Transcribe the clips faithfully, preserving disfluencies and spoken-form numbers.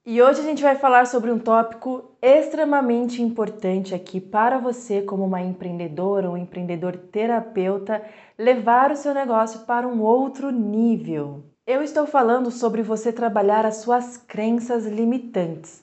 E hoje a gente vai falar sobre um tópico extremamente importante aqui para você, como uma empreendedora ou um empreendedor terapeuta, levar o seu negócio para um outro nível. Eu estou falando sobre você trabalhar as suas crenças limitantes.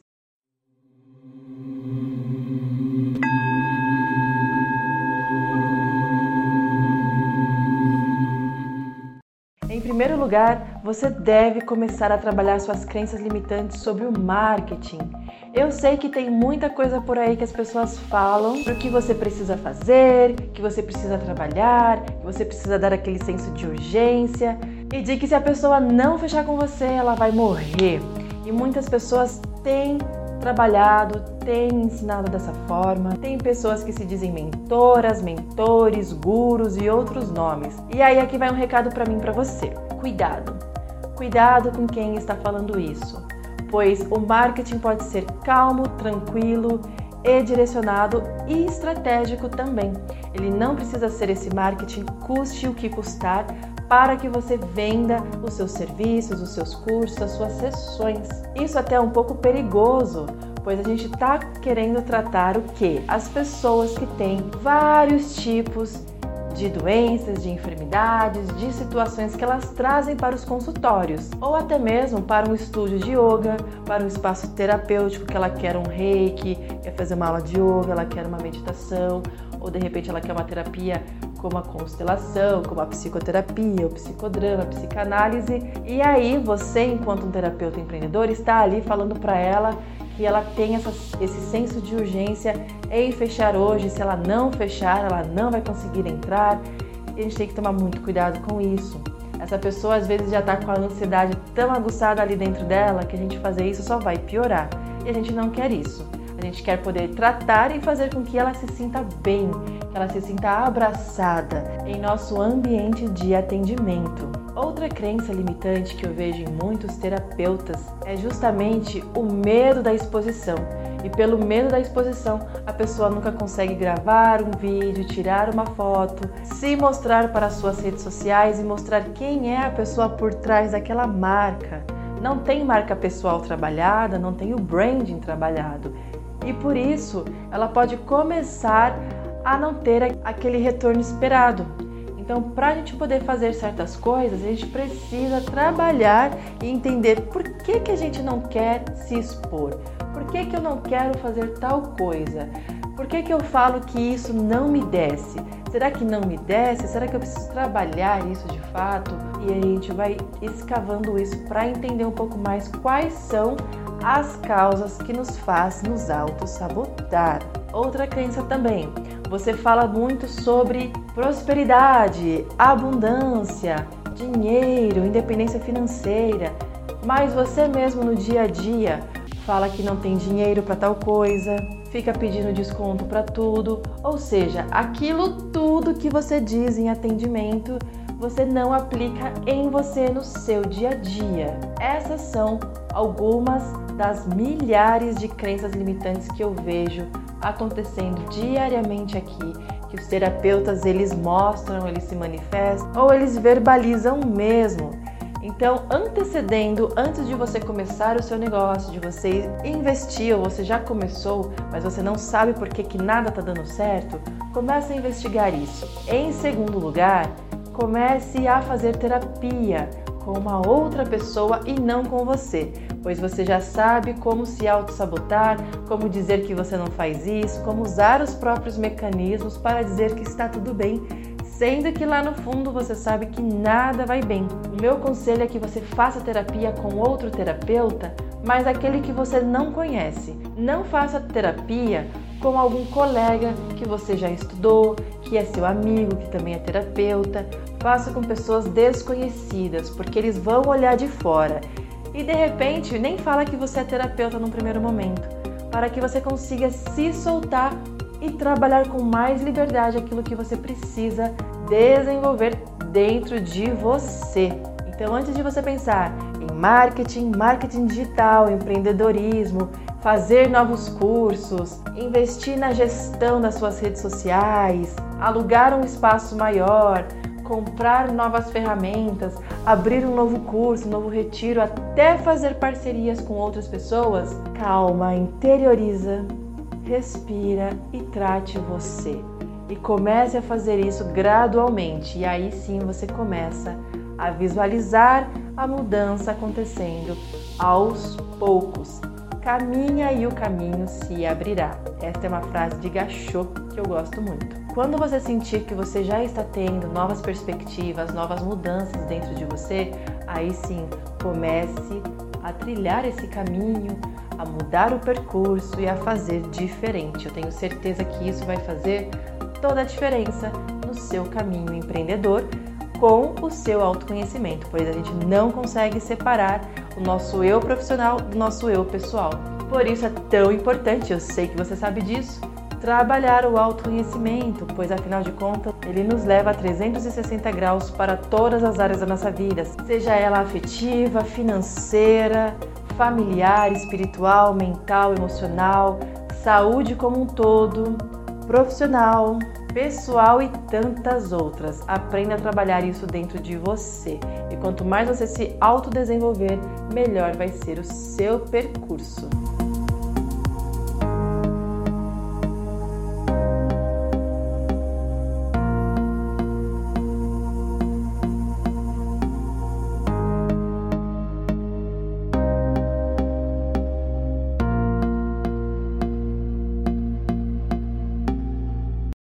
Em primeiro lugar, você deve começar a trabalhar suas crenças limitantes sobre o marketing. Eu sei que tem muita coisa por aí que as pessoas falam do que você precisa fazer, que você precisa trabalhar, que você precisa dar aquele senso de urgência e de que se a pessoa não fechar com você, ela vai morrer. E muitas pessoas têm trabalhado, têm ensinado dessa forma. Tem pessoas que se dizem mentoras, mentores, gurus e outros nomes. E aí aqui vai um recado para mim, para você. Cuidado. Cuidado com quem está falando isso, pois o marketing pode ser calmo, tranquilo e direcionado e estratégico também. Ele não precisa ser esse marketing custe o que custar para que você venda os seus serviços, os seus cursos, as suas sessões. Isso até é um pouco perigoso, pois a gente está querendo tratar o quê? As pessoas que têm vários tipos de doenças, de enfermidades, de situações que elas trazem para os consultórios, ou até mesmo para um estúdio de yoga, para um espaço terapêutico que ela quer um reiki, quer fazer uma aula de yoga, ela quer uma meditação, ou de repente ela quer uma terapia como a constelação, como a psicoterapia, o psicodrama, a psicanálise. E aí você, enquanto um terapeuta empreendedor, está ali falando para ela que ela tem essa, esse senso de urgência em fechar hoje. Se ela não fechar, ela não vai conseguir entrar. E a gente tem que tomar muito cuidado com isso. Essa pessoa às vezes já está com a ansiedade tão aguçada ali dentro dela que a gente fazer isso só vai piorar. E a gente não quer isso. A gente quer poder tratar e fazer com que ela se sinta bem, que ela se sinta abraçada em nosso ambiente de atendimento. Outra crença limitante que eu vejo em muitos terapeutas é justamente o medo da exposição. E pelo medo da exposição, a pessoa nunca consegue gravar um vídeo, tirar uma foto, se mostrar para as suas redes sociais e mostrar quem é a pessoa por trás daquela marca. Não tem marca pessoal trabalhada, não tem o branding trabalhado. E por isso, ela pode começar a não ter aquele retorno esperado. Então, para a gente poder fazer certas coisas, a gente precisa trabalhar e entender por que que a gente não quer se expor. Por que que eu não quero fazer tal coisa? Por que que eu falo que isso não me desce? Será que não me desce? Será que eu preciso trabalhar isso de fato? E aí a gente vai escavando isso para entender um pouco mais quais são as causas que nos faz nos auto-sabotar. Outra crença também, você fala muito sobre prosperidade, abundância, dinheiro, independência financeira, mas você mesmo no dia a dia fala que não tem dinheiro para tal coisa, fica pedindo desconto para tudo, ou seja, aquilo tudo que você diz em atendimento, você não aplica em você no seu dia a dia. Essas são algumas das milhares de crenças limitantes que eu vejo acontecendo diariamente aqui, que os terapeutas eles mostram, eles se manifestam ou eles verbalizam mesmo. Então, antecedendo, antes de você começar o seu negócio, de você investir ou você já começou, mas você não sabe por que que nada está dando certo, comece a investigar isso. Em segundo lugar, comece a fazer terapia com uma outra pessoa e não com você, pois você já sabe como se auto-sabotar, como dizer que você não faz isso, como usar os próprios mecanismos para dizer que está tudo bem, sendo que lá no fundo você sabe que nada vai bem. O meu conselho é que você faça terapia com outro terapeuta, mas aquele que você não conhece. Não faça terapia com algum colega que você já estudou, que é seu amigo, que também é terapeuta. Faça com pessoas desconhecidas, porque eles vão olhar de fora. E de repente, nem fala que você é terapeuta no primeiro momento, para que você consiga se soltar e trabalhar com mais liberdade aquilo que você precisa desenvolver dentro de você. Então, antes de você pensar em marketing, marketing digital, empreendedorismo, fazer novos cursos, investir na gestão das suas redes sociais, alugar um espaço maior, comprar novas ferramentas, abrir um novo curso, um novo retiro, até fazer parcerias com outras pessoas? Calma, interioriza, respira e trate você. E comece a fazer isso gradualmente. E aí sim você começa a visualizar a mudança acontecendo aos poucos. Caminha e o caminho se abrirá. Esta é uma frase de Gachot que eu gosto muito. Quando você sentir que você já está tendo novas perspectivas, novas mudanças dentro de você, aí sim comece a trilhar esse caminho, a mudar o percurso e a fazer diferente. Eu tenho certeza que isso vai fazer toda a diferença no seu caminho empreendedor com o seu autoconhecimento, pois a gente não consegue separar o nosso eu profissional do nosso eu pessoal. Por isso é tão importante, eu sei que você sabe disso, trabalhar o autoconhecimento, pois afinal de contas ele nos leva a trezentos e sessenta graus para todas as áreas da nossa vida, seja ela afetiva, financeira, familiar, espiritual, mental, emocional, saúde como um todo, profissional, pessoal e tantas outras. Aprenda a trabalhar isso dentro de você. E quanto mais você se autodesenvolver, melhor vai ser o seu percurso.